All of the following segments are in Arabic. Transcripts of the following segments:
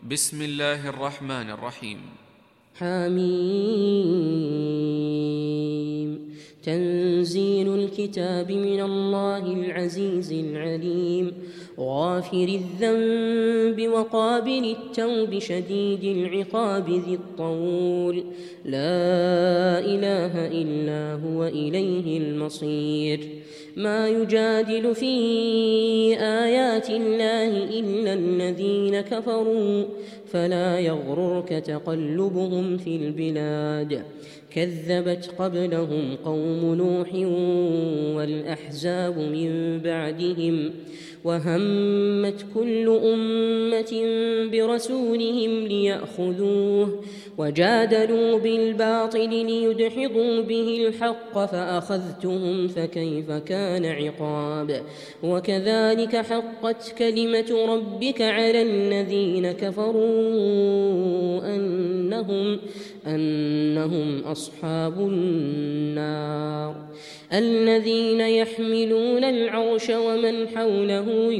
بسم الله الرحمن الرحيم. حميم. تنزيل الكتاب من الله العزيز العليم، غافر الذنب وقابل التوب شديد العقاب ذي الطول، لا إله إلا هو إليه المصير. ما يجادل في آيات الله إلا الذين كفروا، فلا يغررك تقلبهم في البلاد. كذبت قبلهم قوم نوح والأحزاب من بعدهم، وهمت كل أمة برسولهم ليأخذوه، وجادلوا بالباطل ليدحضوا به الحق فأخذتهم فكيف كان عقاب. وكذلك حقت كلمة ربك على الذين كفروا أنهم أصحاب النار. الذين يحملون العرش ومن حوله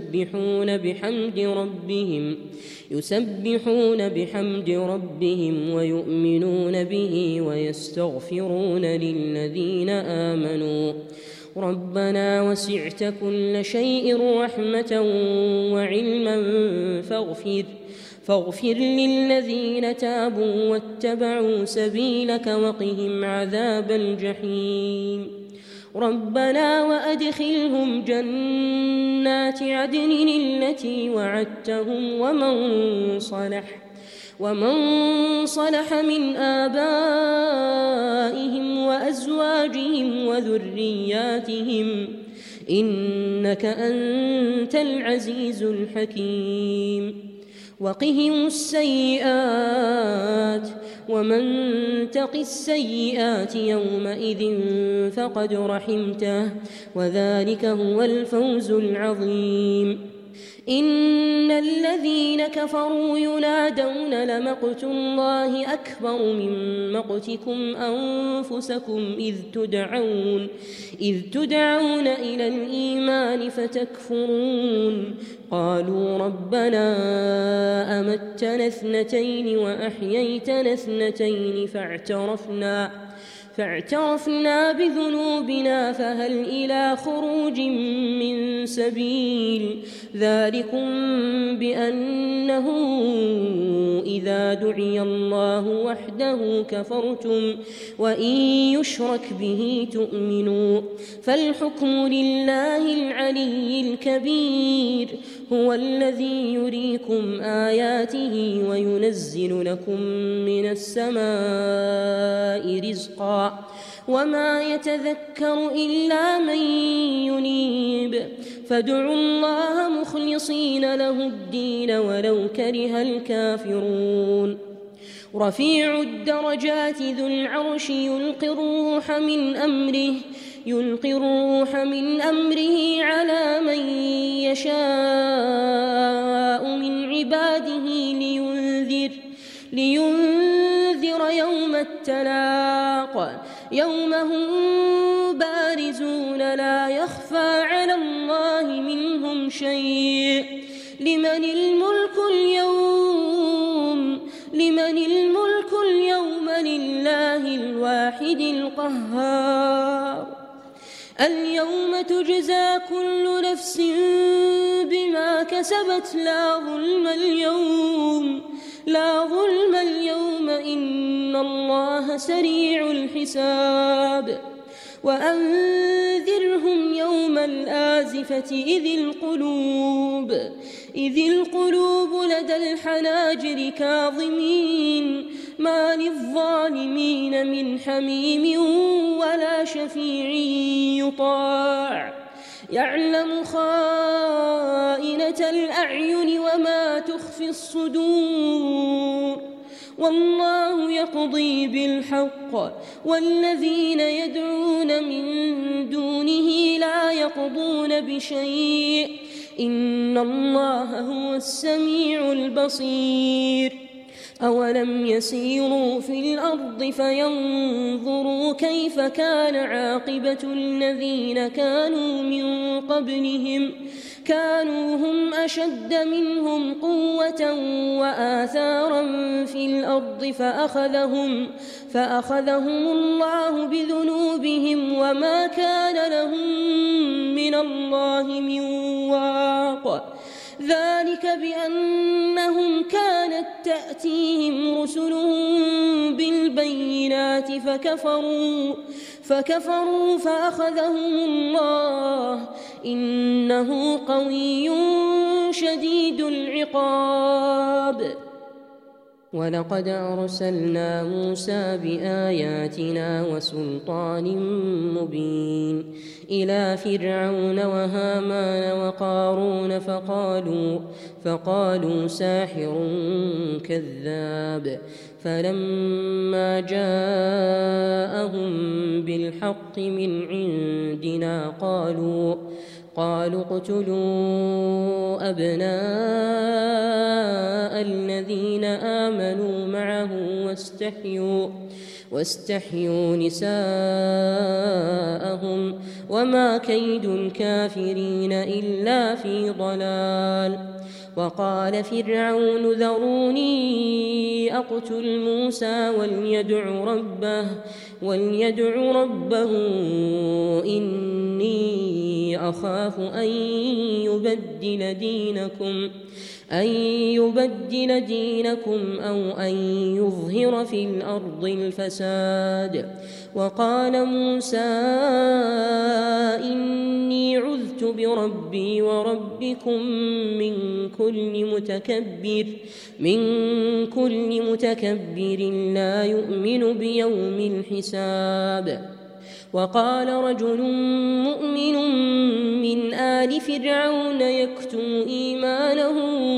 يسبحون بحمد ربهم ويؤمنون به ويستغفرون للذين آمنوا ربنا وسعت كل شيء رحمة وعلما فاغفر للذين تابوا واتبعوا سبيلك وقهم عذاب الجحيم. ربنا وأدخلهم جنات عدن التي وعدتهم ومن صلح من آبائهم وأزواجهم وذرياتهم إنك أنت العزيز الحكيم. وقهم السيئات ومن تق السيئات يومئذ فقد رحمته وذلك هو الفوز العظيم. إن الذين كفروا ينادون لمقت الله أكبر من مقتكم أنفسكم إذ تدعون إلى الإيمان فتكفرون. قالوا ربنا أمتنا اثنتين وأحييتنا اثنتين فاعترفنا بذنوبنا فهل إلى خروج من سبيل. ذلكم بأنه إذا دعي الله وحده كفرتم وإن يشرك به تؤمنوا. فالحكم لله العلي الكبير، هو الذي يريكم آياته وينزل لكم من السماء رزقا وما يتذكر إلا من ينيب. فادعوا الله مخلصين له الدين ولو كره الكافرون. رفيع الدرجات ذو العرش يلقي الروح من أمره على من يشاء من عباده لينذر يوم التلاق، يوم هم بارزون لا يخفى على الله منهم شيء. لمن الملك اليوم لله الواحد القهار. اليوم تجزى كل نفس بما كسبت لا ظلم اليوم إن الله سريع الحساب. وأنذرهم يوم الآزفة إذ القلوب لدى الحناجر كاظمين ما للظالمين من حميم ولا شفيع يطاع. يعلم خائنة الأعين وما تخفي الصدور. والله يقضي بالحق والذين يدعون من دونه لا يقضون بشيء إن الله هو السميع البصير. أولم يسيروا في الأرض فينظروا كيف كان عاقبة الذين كانوا من قبلهم كانوا هم أشد منهم قوة وآثارا في الأرض فأخذهم الله بذنوبهم وما كان لهم من الله من واق. ذلك بأنهم كانت تأتيهم رسلهم بالبينات فكفروا فأخذهم الله إنه قوي شديد العقاب. ولقد أرسلنا موسى بآياتنا وسلطان مبين إلى فرعون وهامان وقارون فقالوا ساحر كذاب. فلما جاءهم بالحق من عندنا قالوا اقتلوا أبناء الذين آمنوا معه واستحيوا نساءهم وما كيد الكافرين إلا في ضلال. وقال فرعون ذروني أقتل موسى وليدع ربه إني أخاف أن يبدل دينكم أو أن يظهر في الأرض الفساد. وقال موسى إني عذت بربي وربكم من كل متكبر لا يؤمن بيوم الحساب. وقال رجل مؤمن من آل فرعون يكتم إيمانه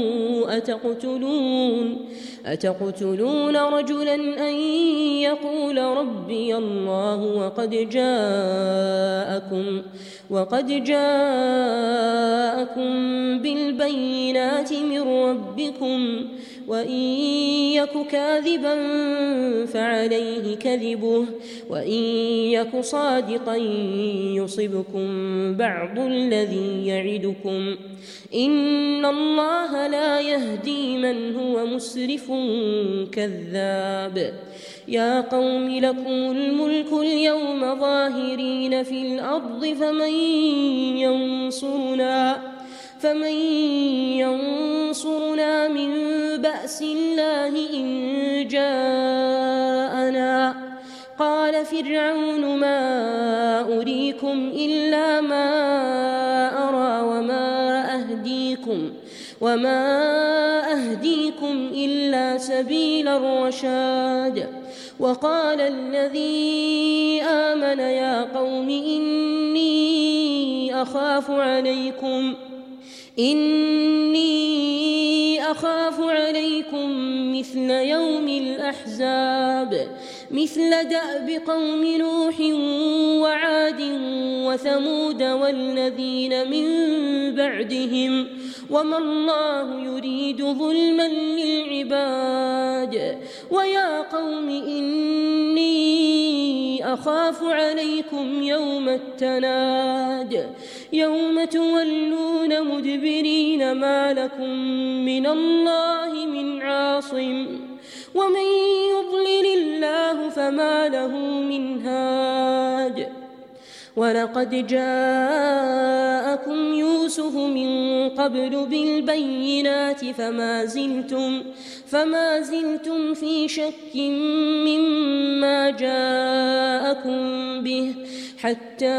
أتقتلون رجلا أن يقول ربي الله وقد جاءكم بالبينات من ربكم وإن يك كاذبا فعليه كذبه وإن يك صادقا يصبكم بعض الذي يعدكم إن الله لا يهدي من هو مسرف كذاب. يا قوم لكم الملك اليوم ظاهرين في الأرض فمن ينصرنا من بأس الله إن جاءنا. قال فرعون ما أريكم إلا ما أرى وما أهديكم إلا سبيل الرشاد. وقال الذي آمن يا قوم إني أخاف عليكم مثل يوم الأحزاب مثل دأب قوم نوح وعاد وثمود والذين من بعدهم وما الله يريد ظلما للعباد. ويا قوم إني أخاف عليكم يوم التناد يوم تولون مدبرين ما لكم من الله من عاصم ومن يضلل الله فما له من هاد. ولقد جاءكم يوسف من قبل بالبينات فما زلتم في شك مما جاءكم به حتى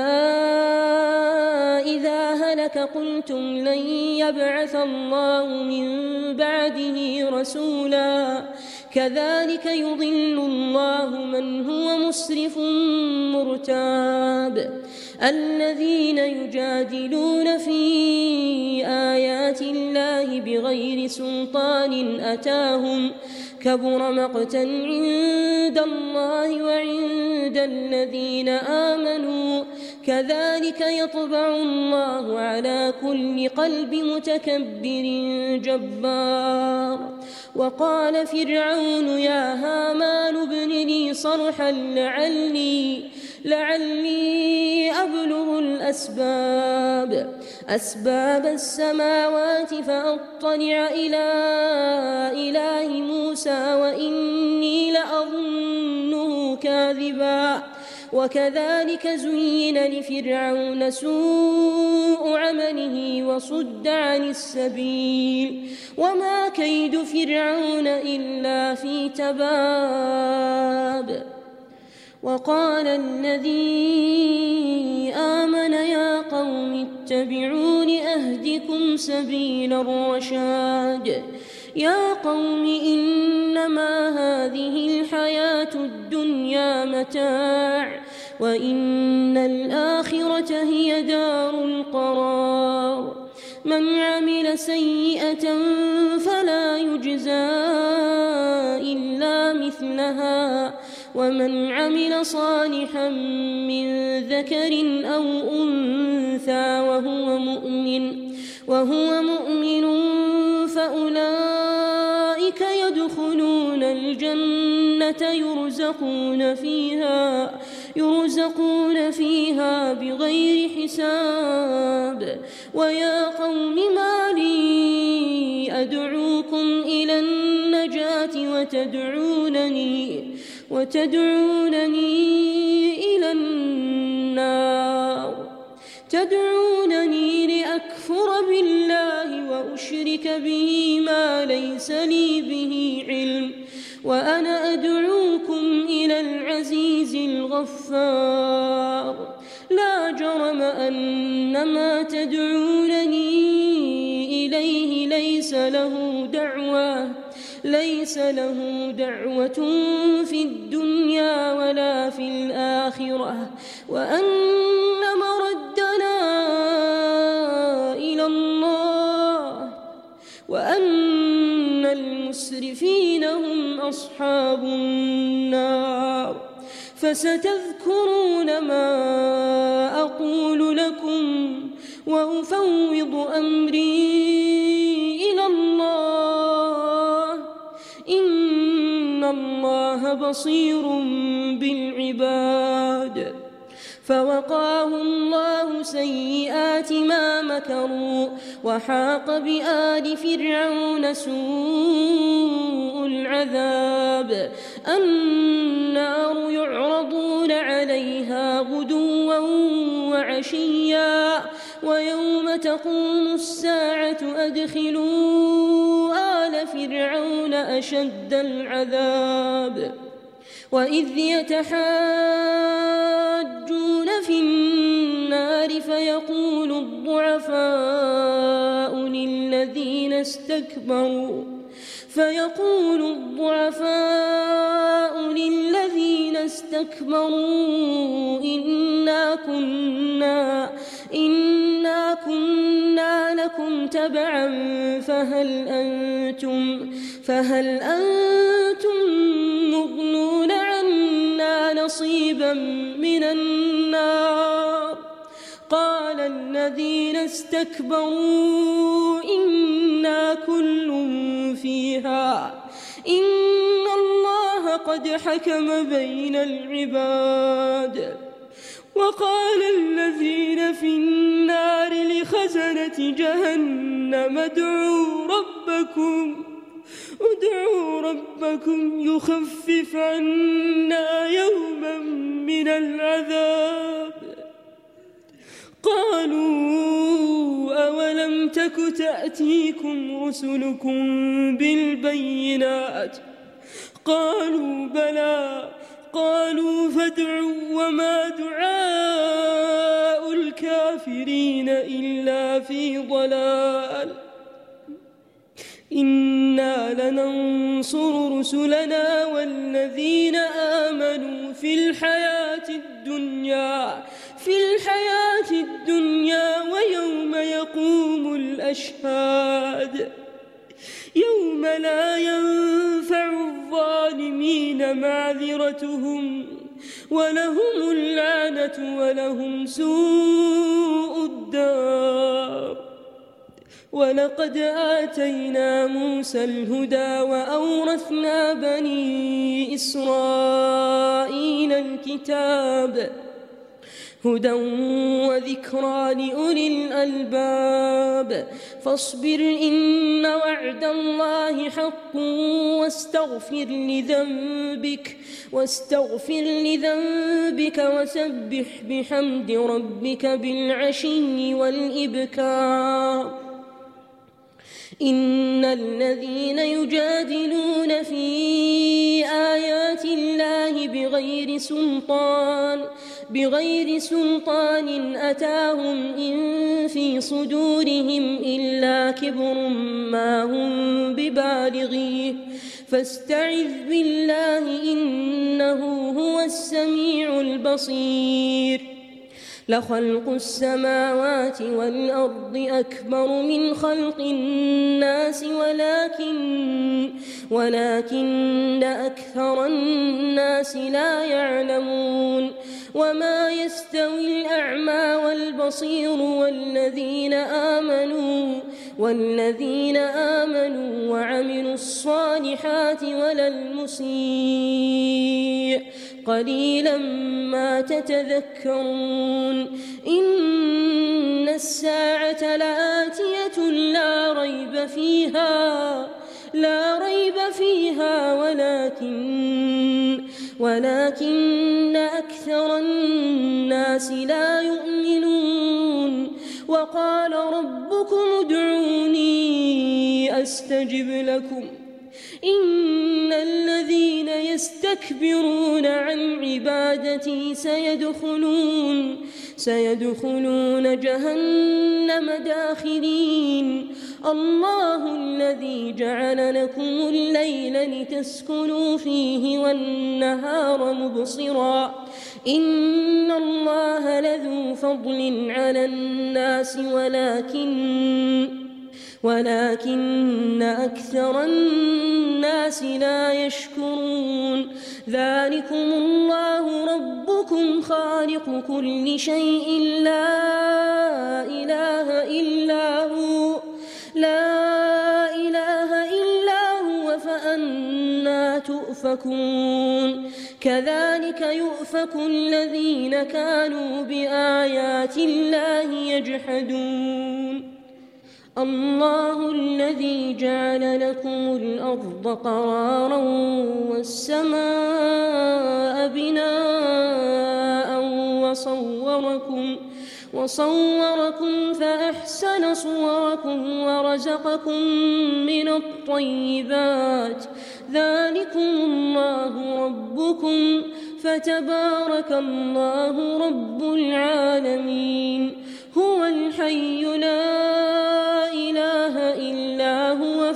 إذا هلك قلتم لن يبعث الله من بعده رسولا كذلك يضل الله من هو مسرف مرتاب. الذين يجادلون في آيات الله بغير سلطان أتاهم كبر مقتا عند الله وعند الذين آمنوا كذلك يطبع الله على كل قلب متكبر جبار. وقال فرعون يا هامان ابن لي صرحا لعلي أبلغ الأسباب أسباب السماوات فأطلع إلى إله موسى وإني لأظنه كاذبا وكذلك زين لفرعون سوء عمله وصد عن السبيل وما كيد فرعون إلا في تباب. وقال الذي آمن يا قوم اتبعون أهدكم سبيل الرشاد. يا قوم إنما هذه الحياة الدنيا متاع وإن الآخرة هي دار القرار. من عمل سيئة فلا يجزى إلا مثلها ومن عمل صالحا من ذكر أو أنثى وهو مؤمن فأولئك يدخلون الجنة يرزقون فيها بغير حساب. ويا قوم ما لي أدعوكم إلى النجاة وتدعونني إلى النار. تدعونني لأكفر بالله وأشرك به ما ليس لي به علم وأنا أدعوكم إلى العزيز الغفار. لا جرم أن ما تدعونني إليه ليس له دعوة في الدنيا ولا في الآخرة وأن مردنا إلى الله وأن المسرفين هم أصحاب النار. فستذكرون ما أقول لكم وأفوض أمري إلى الله إن الله بصير بالعباد. فوقاه الله سيئات ما مكروا وحاق بآل فرعون سوء العذاب. النار يعرضون عليها غدوا وعشيا ويوم تقوم الساعة أدخلوا آل فرعون أشد العذاب. وإذ يتحاجون في النار فيقول الضعفاء للذين استكبروا إنا كنا لكم تبعا فهل أنتم مغنون عنا نصيبا من النار. قال الذين استكبروا إنا كل فيها إن الله قد حكم بين العباد. وقال الذين في النار لخزنة جهنم ادعوا ربكم يخفف عنا يوما من العذاب. قالوا أولم تك تأتيكم رسلكم بالبينات قالوا بلى قالوا فادعوا وما دعاء الكافرين إلا في ضلال. إنا لننصر رسلنا والذين آمنوا في الحياة الدنيا ويوم يقوم الأشهاد. يوم لا ينفع الظالمين معذرتهم ولهم اللعنة ولهم سوء الدار. ولقد آتينا موسى الهدى وأورثنا بني إسرائيل الكتاب هدى وذكرى لأولي الألباب فاصبر إن وعد الله حق واستغفر لذنبك وسبح بحمد ربك بالعشي والإبكار إن الذين يجادلون في آيات الله بغير سلطان أتاهم إن في صدورهم إلا كبر ما هم ببالغيه فاستعذ بالله إنه هو السميع البصير لخلق السماوات والأرض أكبر من خلق الناس ولكن أكثر الناس لا يعلمون وما يستوي الأعمى والبصير والذين آمنوا وعملوا الصالحات ولا المسيء قليلا ما تتذكرون إن الساعة لآتية لا ريب فيها ولكن أكثر الناس لا يؤمنون وقال ربكم ادعوني أستجب لكم إن الذين يستكبرون عن عبادتي سيدخلون جهنم داخرين الله الذي جعل لكم الليل لتسكنوا فيه والنهار مبصرا إن الله لذو فضل على الناس ولكن أكثر الناس لا يشكرون ذلكم الله ربكم خالق كل شيء لا إله إلا هو فأنى تؤفكون كذلك يؤفك الذين كانوا بآيات الله يجحدون الله الذي جعل لكم الأرض قرارا والسماء بناء وصوركم فأحسن صوركم ورزقكم من الطيبات ذلكم الله ربكم فتبارك الله رب العالمين هو الحي لا إله إلا هو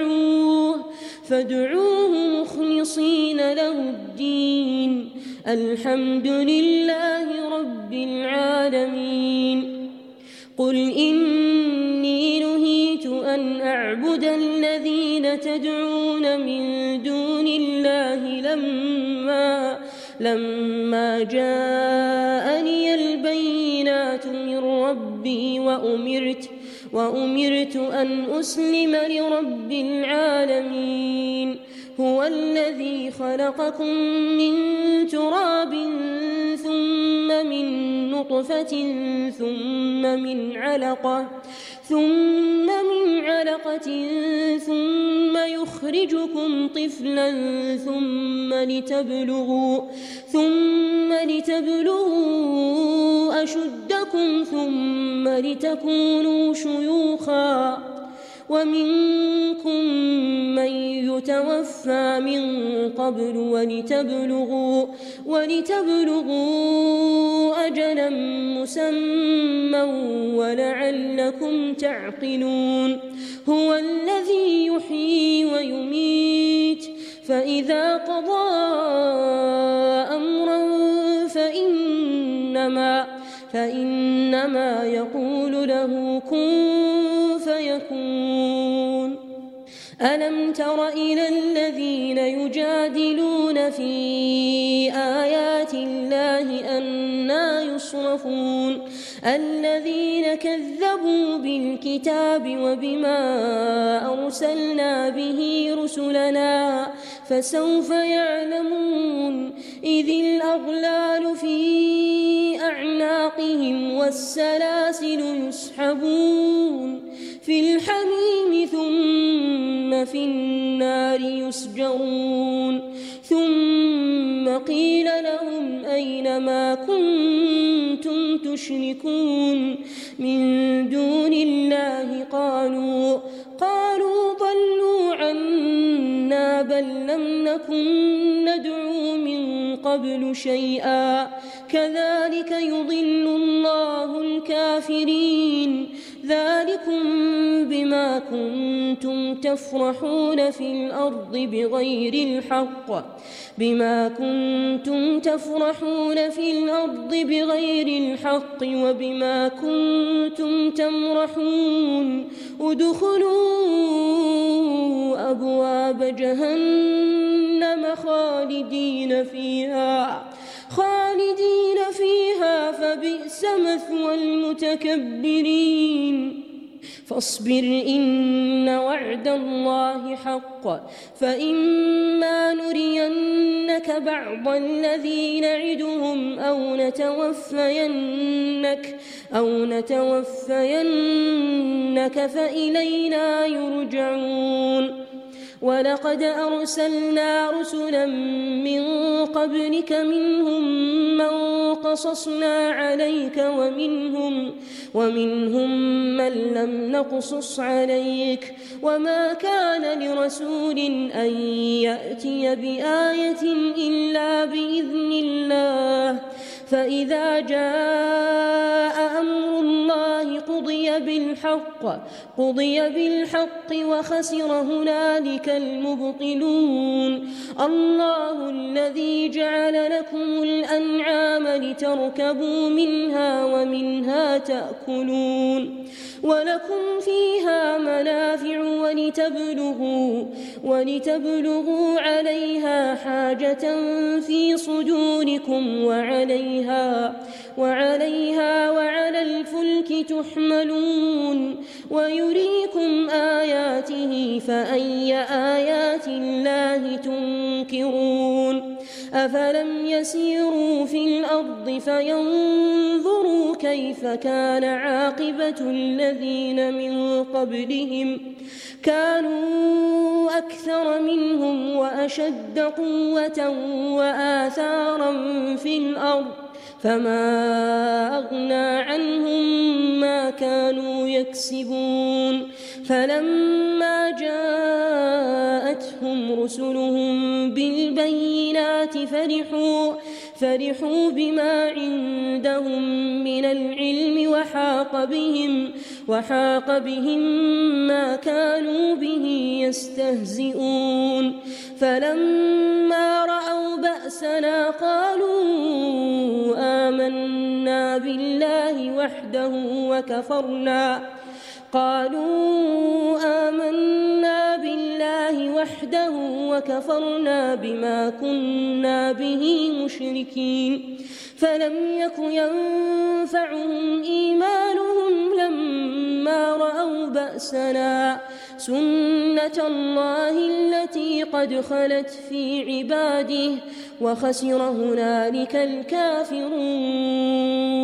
فادعوه مخلصين له الدين الحمد لله رب العالمين قل إني نهيت أن أعبد الذين تدعون من دون الله لما جاءني البينات من ربي وأمرت أن أسلم لرب العالمين هو الذي خلقكم من تراب ثم من نطفة ثم من علقة ثم يخرجكم طفلا ثم لتبلغوا أشدكم ثم لتكونوا شيوخا ومنكم من يتوفى من قبل ولتبلغوا أجلا مسمى ولعلكم تعقلون هو الذي يحيي ويميت فإذا قضى أمرا فإنما يقول له كن فيكون ألم تر إلى الذين يجادلون في آيات الله أنى يصرفون الذين كذبوا بالكتاب وبما أرسلنا به رسلنا فسوف يعلمون إذ الأغلال في أعناقهم والسلاسل يسحبون في الحميم ثم في النار يسجرون ثم قيل لهم أين ما كنتم تشركون من دون الله قالوا ضلوا عنا بل لم نكن ندعو من قبل شيئا كذلك يضل الله الكافرين ذلكم بما كنتم تفرحون في الأرض بغير الحق وبما كنتم تمرحون ادخلوا أبواب جهنم خالدين فيها فبئس مثوى المتكبرين فاصبر إن وعد الله حق فإما نرينك بعض الذي نعدهم أو نتوفينك فإلينا يرجعون ولقد أرسلنا رسلا من قبلك منهم من قصصنا عليك ومنهم من لم نقصص عليك وما كان لرسول أن يأتي بآية إلا بإذن الله فإذا جاء أمر الله قضي بالحق وخسر هنالك المبطلون الله الذي جعل لكم الأنعام لتركبوا منها ومنها تأكلون ولكم فيها منافع ولتبلغوا عليها حاجة في صدوركم وعليها وعلى الفلك تحملون ويريكم آياته فأي آيات الله تنكرون أفلم يسيروا في الأرض فينظروا كيف كان عاقبة الذين من قبلهم كانوا أكثر منهم وأشد قوة وآثارا في الأرض فما أغنى عنهم ما كانوا يكسبون فلما جاءتهم رسلهم بالبينات فرحوا بما عندهم من العلم وحاق بهم ما كانوا به يستهزئون فلما رأوا بأسنا قالوا آمنا بالله وحده وكفرنا بما كنا به مشركين فلم يك ينفعهم إيمانهم لما رأوا بأسنا سنة الله التي قد خلت في عباده وخسر هنالك الكافرون